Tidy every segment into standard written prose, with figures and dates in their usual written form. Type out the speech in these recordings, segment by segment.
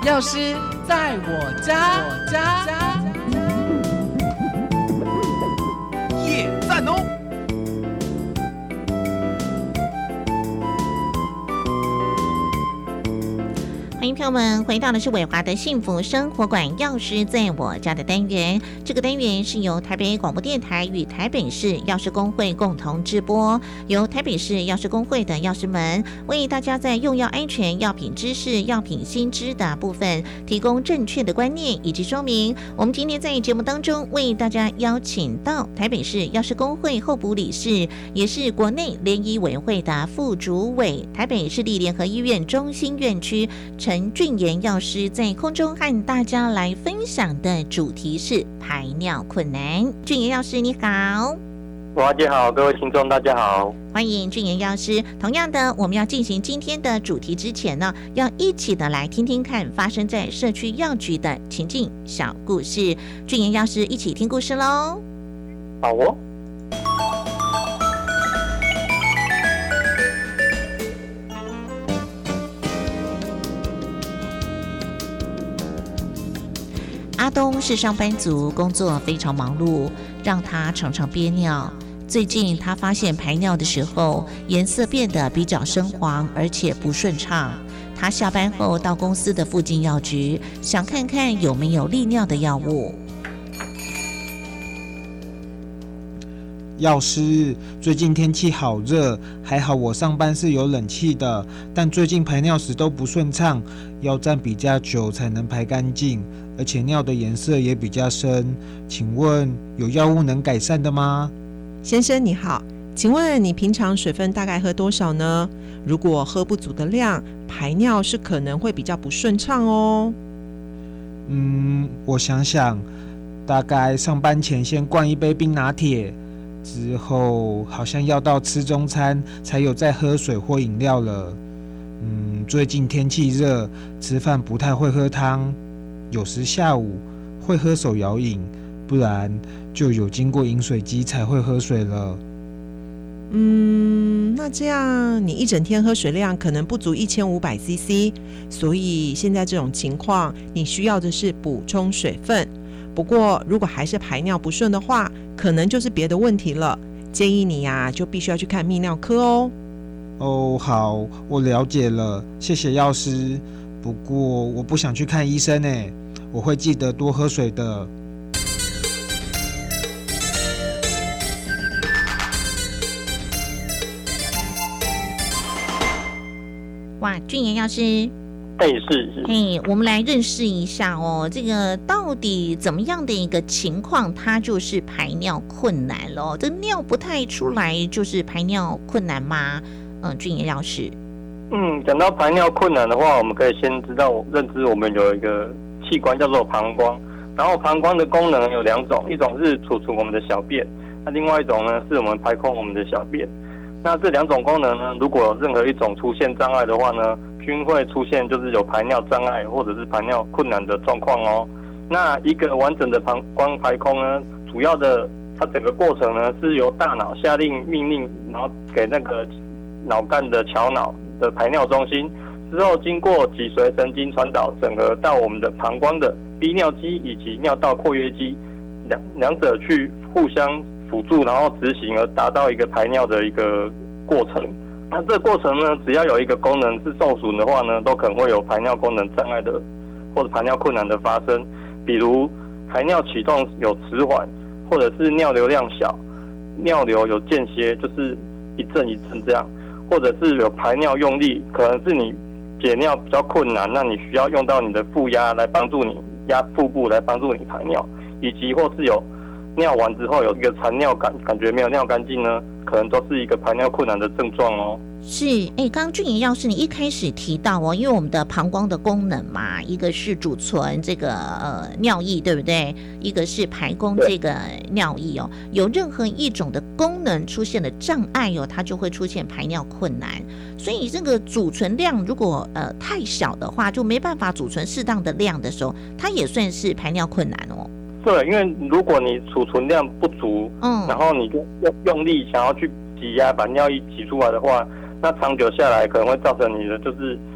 药师在我家， 耶，赞哦！ 欢迎朋友们回到的是伟华的幸福生活馆，药师在我家的单元。这个单元是由台北广播电台与台北市药师公会共同直播，由台北市药师公会的药师们为大家在用药安全、药品知识、药品新知的部分提供正确的观念以及说明。我们今天在节目当中为大家邀请到台北市药师公会候补理事，也是国内联医委员会的副主委，台北市立联合医院中心院区陈俊言药师在空中和大家来分享的主题是排尿困难。俊言药师你好。 华姐好，各位听众大家好， 欢迎俊言药师。同样的，我们要进行今天的主题之前呢，要一起的来听听看发生在社区药局的情境小故事。俊言药师一起听故事喽。 好哦。 阿东是上班族，工作非常忙碌，让他常常憋尿。最近他发现排尿的时候颜色变得比较深黄，而且不顺畅。他下班后到公司的附近药局，想看看有没有利尿的药物。 药师，最近天气好热，还好我上班是有冷气的，但最近排尿时都不顺畅，要站比较久才能排干净，而且尿的颜色也比较深，请问有药物能改善的吗？ 先生你好，请问你平常水分大概喝多少呢？如果喝不足的量，排尿是可能会比较不顺畅哦。 我想想，大概上班前先灌一杯冰拿铁，之后好像要到吃中餐才有再喝水或饮料了。最近天气热，吃饭不太会喝汤，有时下午会喝手摇饮，不然就有经过饮水机才会喝水了。 那这样你一整天喝水量可能不足1500 CC， 所以现在这种情况你需要的是补充水分。不过如果还是排尿不顺的话，可能就是别的问题了，建议你就必须要去看泌尿科哦。 好，我了解了，谢谢药师。不过我不想去看医生耶，我会记得多喝水的。 哇，俊言药师， 是， 我们来认识一下哦，这个到底怎么样的一个情况，它就是排尿困难了？这尿不太出来，就是排尿困难吗？俊言药师。 讲到排尿困难的话，我们可以先认知我们有一个器官叫做膀胱，然后膀胱的功能有两种，一种是储存我们的小便，那另外一种呢是我们排空我们的小便。那这两种功能呢，如果有任何一种出现障碍的话呢，均会出现就是有排尿障碍或者是排尿困难的状况哦。那一个完整的膀胱排空呢，主要的它整个过程呢是由大脑下令命令，然后给那个脑干的桥脑的排尿中心，之后经过脊髓神经传导整合到我们的膀胱的逼尿肌以及尿道括约肌，两者去互相辅助，然后执行而达到一个排尿的一个过程。那这个过程呢，只要有一个功能是受损的话呢，都可能会有排尿功能障碍的或者排尿困难的发生，比如排尿启动有迟缓，或者是尿流量小，尿流有间歇，就是一阵一阵这样，或者是有排尿用力，可能是你解尿比较困难，那你需要用到你的腹压来帮助你压腹部来帮助你排尿，以及或是有尿完之后有一个残尿感觉没有尿干净呢，可能都是一个排尿困难的症状哦。 是，刚刚俊言药师你一开始提到哦，因为我们的膀胱的功能嘛，一个是储存这个尿液，对不对？一个是排空这个尿液哦。有任何一种的功能出现了障碍哦，它就会出现排尿困难。所以这个储存量如果太小的话，就没办法储存适当的量的时候，它也算是排尿困难哦。 对，因为如果你储存量不足，然后你就用力想要去挤压把尿液挤出来的话，那长久下来可能会造成你的就是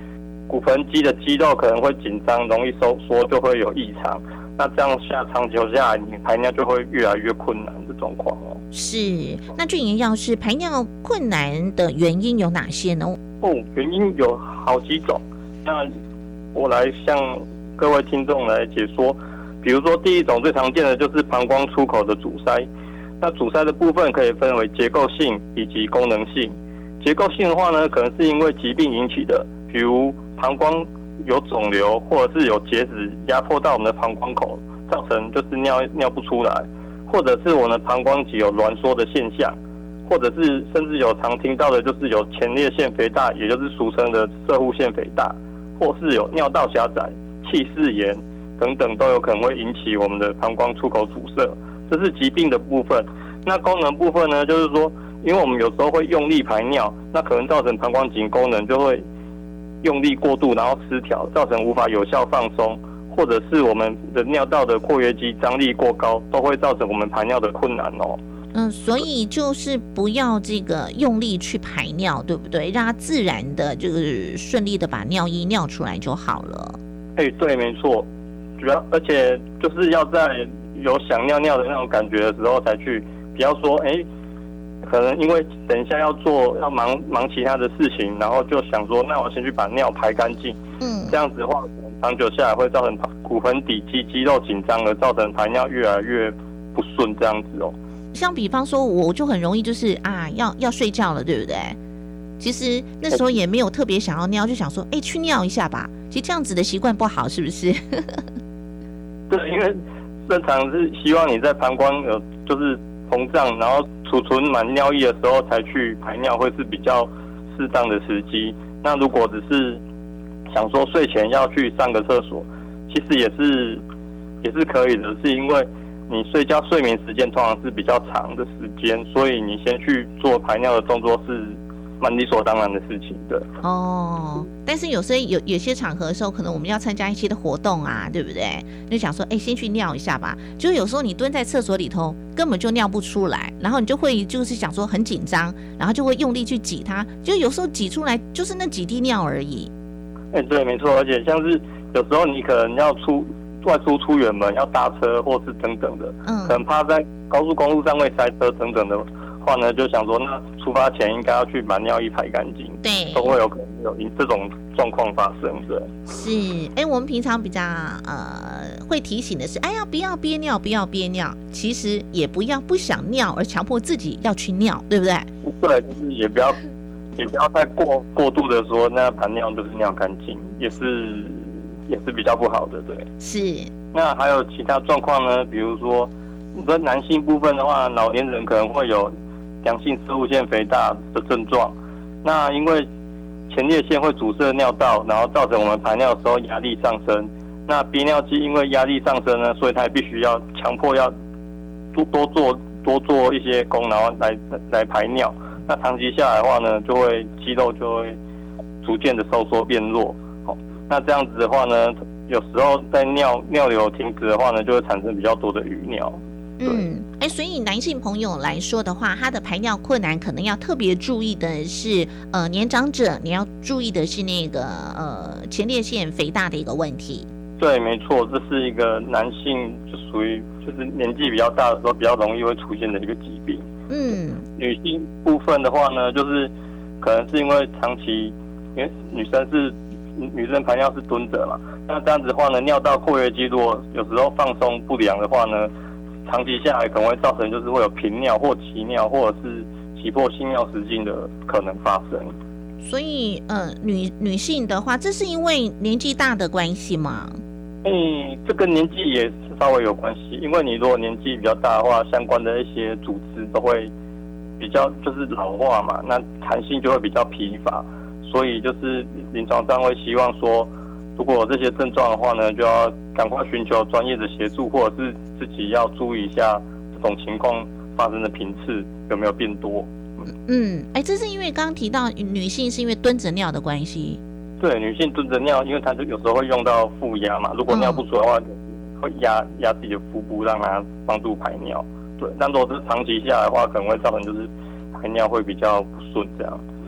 骨盆肌的肌肉可能会紧张，容易收缩，就会有异常。那这样长久下来，你排尿就会越来越困难的状况哦。 是，那俊妍药师，排尿困难的原因有哪些呢？ 原因有好几种。那我来向各位听众来解说。比如说，第一种最常见的就是膀胱出口的阻塞。那阻塞的部分可以分为结构性以及功能性。结构性的话呢，可能是因为疾病引起的，比如膀胱有肿瘤，或者是有结石压迫到我们的膀胱口，造成就是尿不出来，或者是我们的膀胱肌有挛缩的现象，或者是甚至有常听到的就是有前列腺肥大，也就是俗称的攝護腺肥大，或是有尿道狭窄、憩室炎等等，都有可能会引起我们的膀胱出口阻塞。这是疾病的部分。那功能部分呢，就是说，因为我们有时候会用力排尿，那可能造成膀胱颈功能就会用力过度，然后失调，造成无法有效放松，或者是我们的尿道的括约肌张力过高，都会造成我们排尿的困难哦。 所以就是不要这个用力去排尿，对不对？让它自然的就是顺利的把尿液尿出来就好了。 对，没错。主要而且就是要在有想尿尿的那种感觉的时候才去，不要说可能因为等一下要忙其他的事情，然后就想说，那我先去把尿排干净。这样子的话，长久下来会造成骨盆底肌肉紧张，而造成排尿越来越不顺，这样子哦。 像比方说，我就很容易就是要睡觉了，对不对？其实那时候也没有特别想要尿，就想说，去尿一下吧。其实这样子的习惯不好，是不是？ 对，因为正常是希望你在膀胱有就是膨胀，然后储存满尿液的时候才去排尿，会是比较适当的时机。那如果只是想说睡前要去上个厕所，其实也是可以的，是因为你睡眠时间通常是比较长的时间，所以你先去做排尿的动作是蛮理所当然的事情的。 但是有时候有些场合的时候，可能我们要参加一些的活动啊，对不对？就想说，先去尿一下吧。就有时候你蹲在厕所里头，根本就尿不出来，然后你就会就是想说很紧张，然后就会用力去挤它，就有时候挤出来就是那几滴尿而已。 对，没错。而且像是有时候你可能要外出远门，要搭车或是等等的，可能怕在高速公路上会塞车等等的话呢，就想说那出发前应该要去把尿液排干净， 对， 都会有可能有这种状况发生的。 是，我们平常比较会提醒的是，不要憋尿，不要憋尿，其实也不要不想尿而强迫自己要去尿，对不对？ 对，就是也不要太过度的说那排尿就是尿干净，也是比较不好的，对。 是。 那还有其他状况呢？比如说，你说男性部分的话，老年人可能会有良性攝護腺肥大的症状。那因为前列腺会阻塞尿道，然后造成我们排尿的时候压力上升。那憋尿肌因为压力上升呢，所以它必须要强迫要多做一些功，然后来排尿。那长期下来的话呢，肌肉就会逐渐的收缩变弱。那这样子的话呢，有时候在尿流停止的话呢，就会产生比较多的余尿。 所以男性朋友来说的话，他的排尿困难可能要特别注意的是，年长者你要注意的是那个前列腺肥大的一个问题。 对，没错，这是一个男性就属于就是年纪比较大的时候比较容易会出现的一个疾病。女性部分的话呢，就是可能是因为长期，因为女生排尿是蹲着嘛，那这样子的话呢，尿道括约肌如果有时候放松不良的话呢，长期下来可能会造成就是会有频尿或奇尿，或者是急迫性尿失禁的可能发生。 所以女性的话，这是因为年纪大的关系吗？ 这跟年纪也是稍微有关系，因为你如果年纪比较大的话，相关的一些组织都会比较就是老化嘛，那弹性就会比较疲乏。所以就是临床上会希望说，如果有这些症状的话呢，就要赶快寻求专业的协助，或者是自己要注意一下这种情况发生的频次有没有变多。 这是因为刚刚提到女性是因为蹲着尿的关系。 对，女性蹲着尿，因为她就有时候会用到腹压嘛，如果尿不出来的话，会压自己的腹部，让它帮助排尿。对，但如果是长期下来的话，可能会造成就是排尿会比较不顺这样。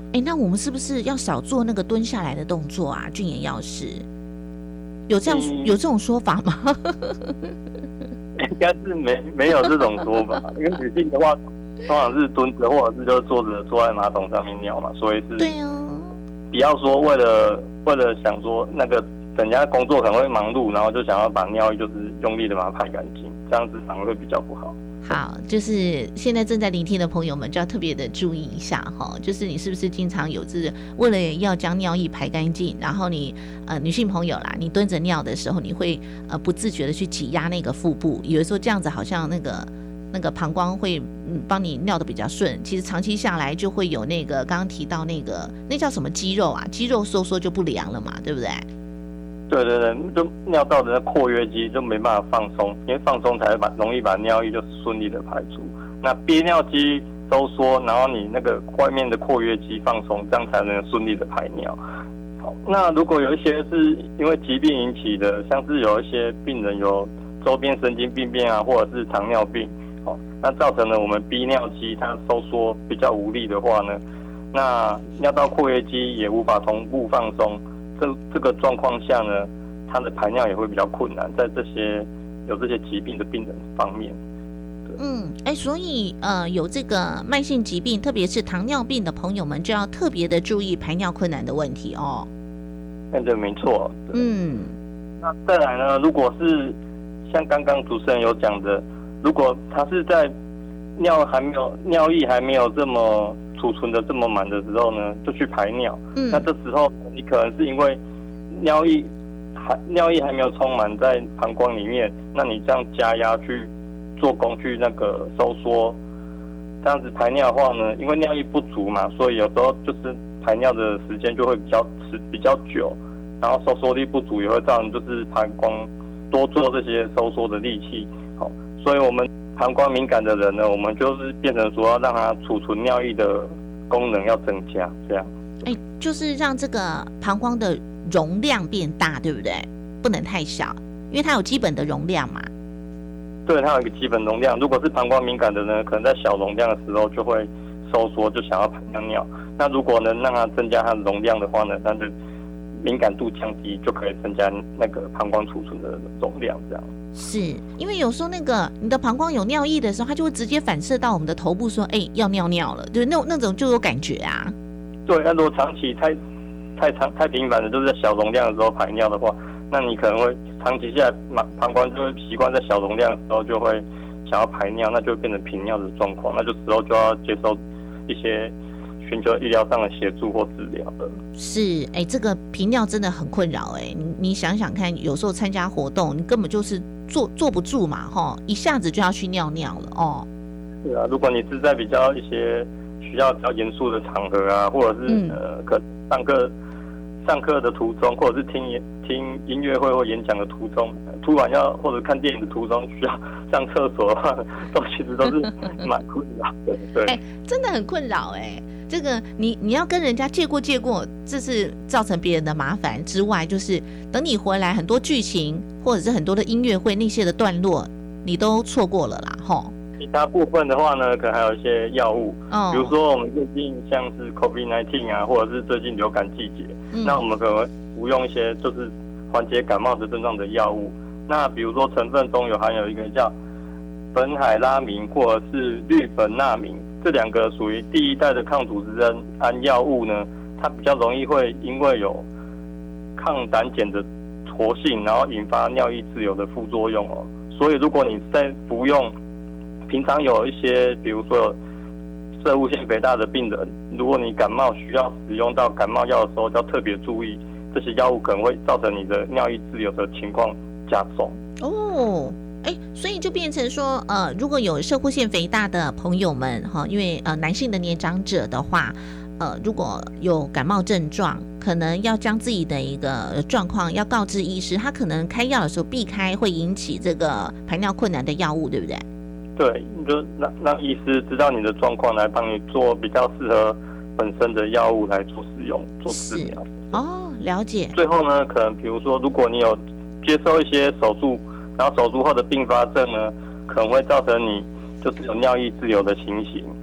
那我们是不是要少做那个蹲下来的动作啊？俊妍药师有这种说法吗？ 应该是没有这种说法，因为女性的话，通常是蹲着或者是就坐在马桶上面尿嘛，所以是对哦。 不要说为了想说那个人家工作可能会忙碌，然后就想要把尿液就是用力的把它排干净，这样子反而会比较不好。 好，就是现在正在聆听的朋友们就要特别的注意一下哈，就是你是不是经常有为了要将尿液排干净，然后你女性朋友啦，你蹲着尿的时候，你会不自觉的去挤压那个腹部，以为说这样子好像那个膀胱会帮你尿的比较顺，其实长期下来就会有那个刚刚提到那叫什么肌肉啊，肌肉收缩就不良了嘛，对不对？ 对对对，就尿道的括约肌就没办法放松，因为放松才会容易把尿液就顺利的排出。那憋尿肌收缩，然后你那个外面的括约肌放松，这样才能顺利的排尿。好，那如果有一些是因为疾病引起的，像是有一些病人有周边神经病变啊，或者是糖尿病，那造成了我们逼尿肌它收缩比较无力的话呢，那尿道括约肌也无法同步放松。这个状况下呢，他的排尿也会比较困难，在有这些疾病的病人方面。 所以有这个慢性疾病，特别是糖尿病的朋友们，就要特别的注意排尿困难的问题哦。 对，没错。那再来呢，如果是像刚刚主持人有讲的，如果他是在尿液还没有这么储存的这么满的时候呢，就去排尿。那这时候你可能是因为尿液还没有充满在膀胱里面，那你这样加压去做功去那个收缩，这样子排尿的话呢，因为尿液不足嘛，所以有时候就是排尿的时间就会比较久，然后收缩力不足也会造成就是膀胱多做这些收缩的力气。好，所以我们膀胱敏感的人呢，我们就是变成说要让它储存尿液的功能要增加，这样。 就是让这个膀胱的容量变大，对不对？不能太小，因为它有基本的容量嘛。 对，它有一个基本容量。如果是膀胱敏感的呢，可能在小容量的时候就会收缩，就想要排尿。那如果能让它增加它的容量的话呢，它的敏感度降低，就可以增加那个膀胱储存的容量，这样。 是因为有时候那个你的膀胱有尿液的时候，它就会直接反射到我们的头部说，要尿尿了，就是那种就有感觉啊。 对，那如果长期太频繁的，就是在小容量的时候排尿的话，那你可能会长期下来，膀胱就会习惯在小容量的时候就会想要排尿，那就会变成频尿的状况，那就时候就要接受一些寻求医疗上的协助或治疗了。是， 这个频尿真的很困扰你想想看，有时候参加活动，你根本就是坐不住嘛，一下子就要去尿尿了哦。 对啊，如果你是在比较一些需要比较严肃的场合啊，或者是可上课的途中，或者是听音乐会或演讲的途中，突然或者看电影的途中需要上厕所的话，其实都是蛮困扰的。对， 真的很困扰这个你要跟人家借过，这是造成别人的麻烦之外，就是等你回来，很多剧情或者是很多的音乐会那些的段落，你都错过了啦，吼。 其他部分的话呢，可能还有一些药物，比如说我们最近像是 COVID-19 啊，或者是最近流感季节，那我们可能会服用一些就是缓解感冒的症状的药物。那比如说成分中含有一个叫苯海拉明或者是氯苯那明，这两个属于第一代的抗组织胺药物呢，它比较容易会因为有抗胆碱的活性，然后引发尿液滞留的副作用哦。所以如果你在服用平常有一些，比如说摄护腺肥大的病人，如果你感冒需要使用到感冒药的时候，就要特别注意，这些药物可能会造成你的尿液滞留的情况加重。 所以就变成说，如果有摄护腺肥大的朋友们，因为男性的年长者的话，如果有感冒症状，可能要将自己的一个状况要告知医师，他可能开药的时候避开会引起这个排尿困难的药物，对不对？ 对，你就让医师知道你的状况，来帮你做比较适合本身的药物来做使用、做治疗。 了解。 最后呢，可能比如说，如果你有接受一些手术，然后手术后的并发症呢，可能会造成你就是有尿液滞留的情形。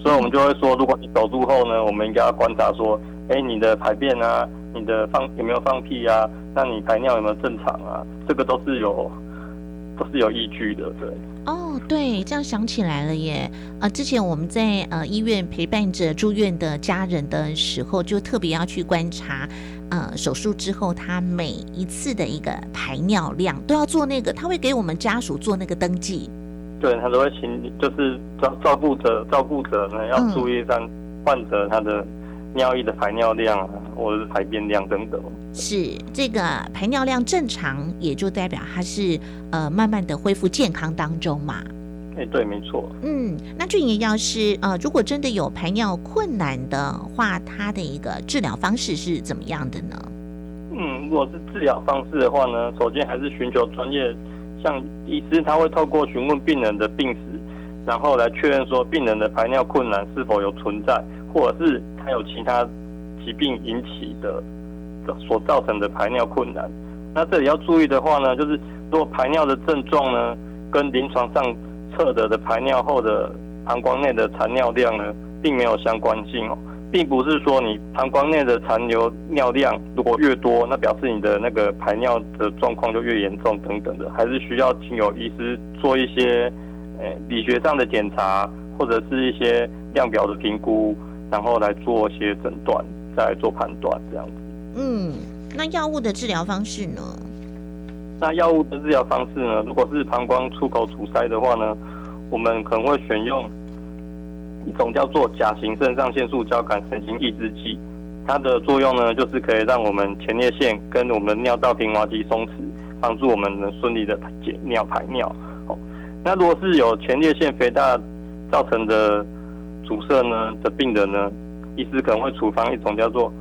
所以我们就会说，如果你手术后呢，我们应该要观察说，你的排便啊，你的有没有放屁啊，那你排尿有没有正常啊，这个都是有依据的，对。 哦，对，这样想起来了耶。之前我们在医院陪伴着住院的家人的时候，就特别要去观察，手术之后他每一次的一个排尿量都要做那个，他会给我们家属做那个登记。 对，他都会请，就是照顾者呢要注意上患者他的尿液的排尿量啊，或者是排便量等等。 是这个排尿量正常，也就代表它是慢慢的恢复健康当中嘛。 对，没错。 那俊爷要是如果真的有排尿困难的话，他的一个治疗方式是怎么样的呢？ 如果是治疗方式的话呢，首先还是寻求专业，像医师他会透过询问病人的病史，然后来确认说病人的排尿困难是否有存在，或者是他有其他疾病引起的所造成的排尿困难。那这里要注意的话呢，就是如果排尿的症状呢跟临床上测得的排尿后的膀胱内的残尿量呢并没有相关性哦，并不是说你膀胱内的残留尿量如果越多，那表示你的那个排尿的状况就越严重等等的，还是需要经由医师做一些理学上的检查，或者是一些量表的评估，然后来做一些诊断，再来做判断这样子。 那药物的治疗方式呢？ 那药物的治疗方式呢，如果是膀胱出口阻塞的话呢，我们可能会选用一种叫做甲型肾上腺素交感神经抑制剂，它的作用呢，就是可以让我们前列腺跟我们尿道平滑肌松弛，帮助我们能顺利的解尿排尿。那如果是有前列腺肥大造成的阻塞呢的病人呢，医师可能会处方一种叫做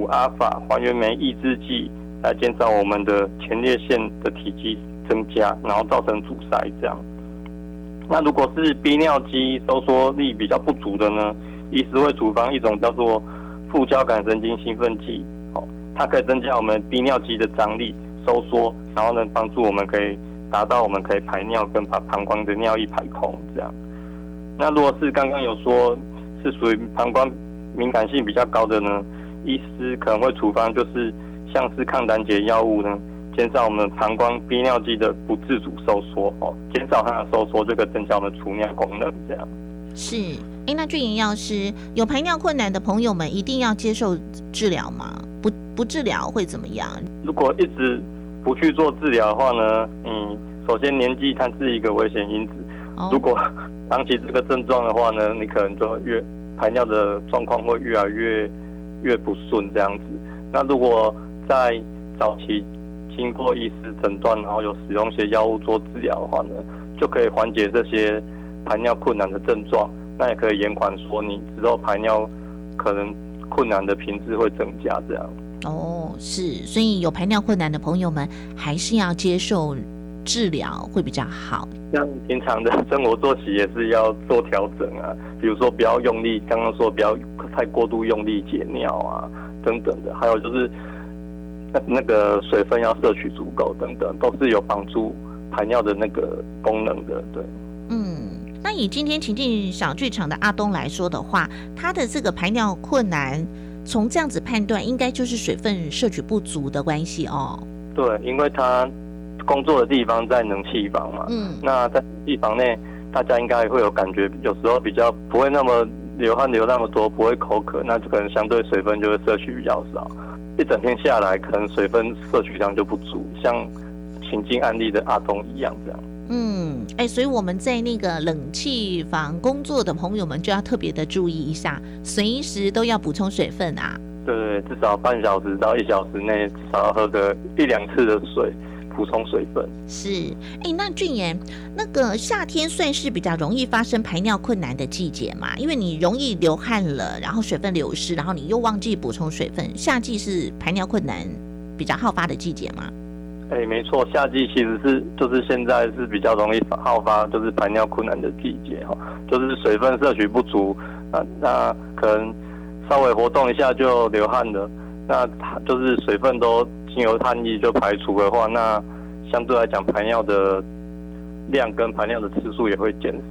5α还原酶抑制剂，来减少我们的前列腺的体积增加，然后造成阻塞这样。那如果是逼尿肌收缩力比较不足的呢，医师会处方一种叫做副交感神经兴奋剂，它可以增加我们逼尿肌的张力收缩，然后能帮助我们可以达到我们可以排尿跟把膀胱的尿液排空这样。那如果是刚刚有说是属于膀胱敏感性比较高的呢，医师可能会处方就是像是抗胆碱药物呢，减少我们膀胱逼尿肌的不自主收缩减少它的收缩就可以增加我们储尿功能这样。 是，那俊莹药师，有排尿困难的朋友们一定要接受治疗吗？不治疗会怎么样？ 如果一直不去做治疗的话呢，首先年纪它是一个危险因子，如果长期这个症状的话呢，你可能就排尿的状况会越来越不顺这样子。那如果在早期经过医师诊断，然后有使用一些药物做治疗的话呢，就可以缓解这些排尿困难的症状，那也可以延缓说你之后排尿可能困难的频次会增加这样。 是，所以有排尿困难的朋友们还是要接受治疗会比较好。 像平常的生活作息也是要做调整啊，比如说不要用力，刚刚说不要太过度用力解尿啊等等的，还有就是那个水分要摄取足够等等，都是有帮助排尿的那个功能的。对， 那以今天情境小剧场的阿东来说的话，他的这个排尿困难，从这样子判断，应该就是水分摄取不足的关系哦。对， 因为他工作的地方在冷气房嘛，那在冷气房内，大家应该会有感觉，有时候比较不会那么流汗流那么多，不会口渴，那就可能相对水分就会摄取比较少。一整天下来，可能水分摄取量就不足，像情境案例的阿东一样这样。 所以我们在那个冷气房工作的朋友们就要特别的注意一下，随时都要补充水分啊。 对，至少半小时到1小时内，至少要喝个1-2次的水，补充水分。 是，那俊言，那个夏天算是比较容易发生排尿困难的季节嘛？因为你容易流汗了，然后水分流失，然后你又忘记补充水分，夏季是排尿困难比较好发的季节吗？ 没错，夏季其实就是现在是比较容易好发，就是排尿困难的季节就是水分摄取不足，那可能稍微活动一下就流汗了，那就是水分都经由汗液就排除的话，那相对来讲排尿的量跟排尿的次数也会减少，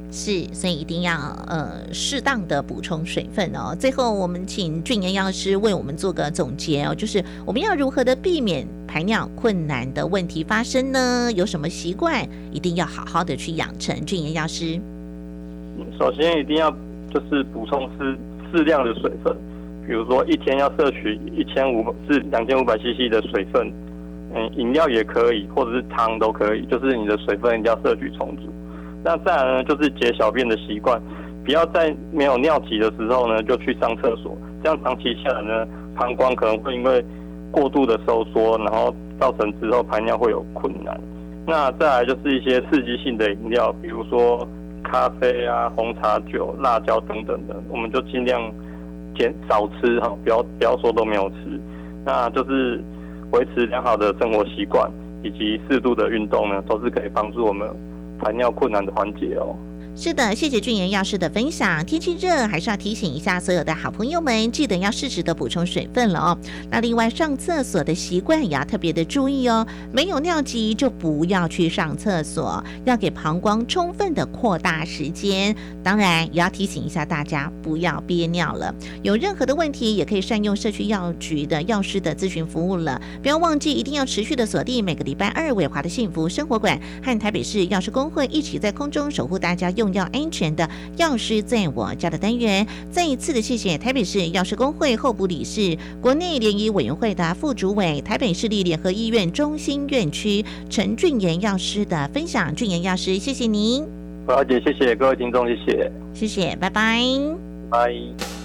是，所以一定要适当的补充水分哦。最后，我们请俊彦药师为我们做个总结哦，就是我们要如何的避免排尿困难的问题发生呢？有什么习惯一定要好好的去养成？俊彦药师， 首先一定要就是补充适量的水分，比如说一天要摄取1500至2500 CC 的水分，饮料也可以，或者是汤都可以，就是你的水分一定要摄取充足。那再来呢，就是解小便的习惯，不要在没有尿急的时候呢就去上厕所，这样长期下来呢，膀胱可能会因为过度的收缩，然后造成之后排尿会有困难。那再来就是一些刺激性的饮料，比如说咖啡啊、红茶酒、辣椒等等的，我们就尽量少吃哈，不要说都没有吃。那就是维持良好的生活习惯以及适度的运动呢，都是可以帮助我们排尿困难的缓解哦。 是的，谢谢俊彦药师的分享。天气热，还是要提醒一下所有的好朋友们，记得要适时的补充水分了哦。那另外上厕所的习惯也要特别的注意哦，没有尿急就不要去上厕所，要给膀胱充分的扩大时间。当然也要提醒一下大家，不要憋尿了。有任何的问题，也可以善用社区药局的药师的咨询服务了。不要忘记，一定要持续的锁定每个礼拜二伟华的幸福生活馆和台北市药师公会一起在空中守护大家用药安全的药师在我家的单元。再一次的谢谢台北市药师公会候补理事、国内联谊委员会的副主委、台北市立联合医院中心院区陈俊彦药师的分享。俊彦药师，谢谢您。 小姐，谢谢各位听众，谢谢， 拜拜， 拜。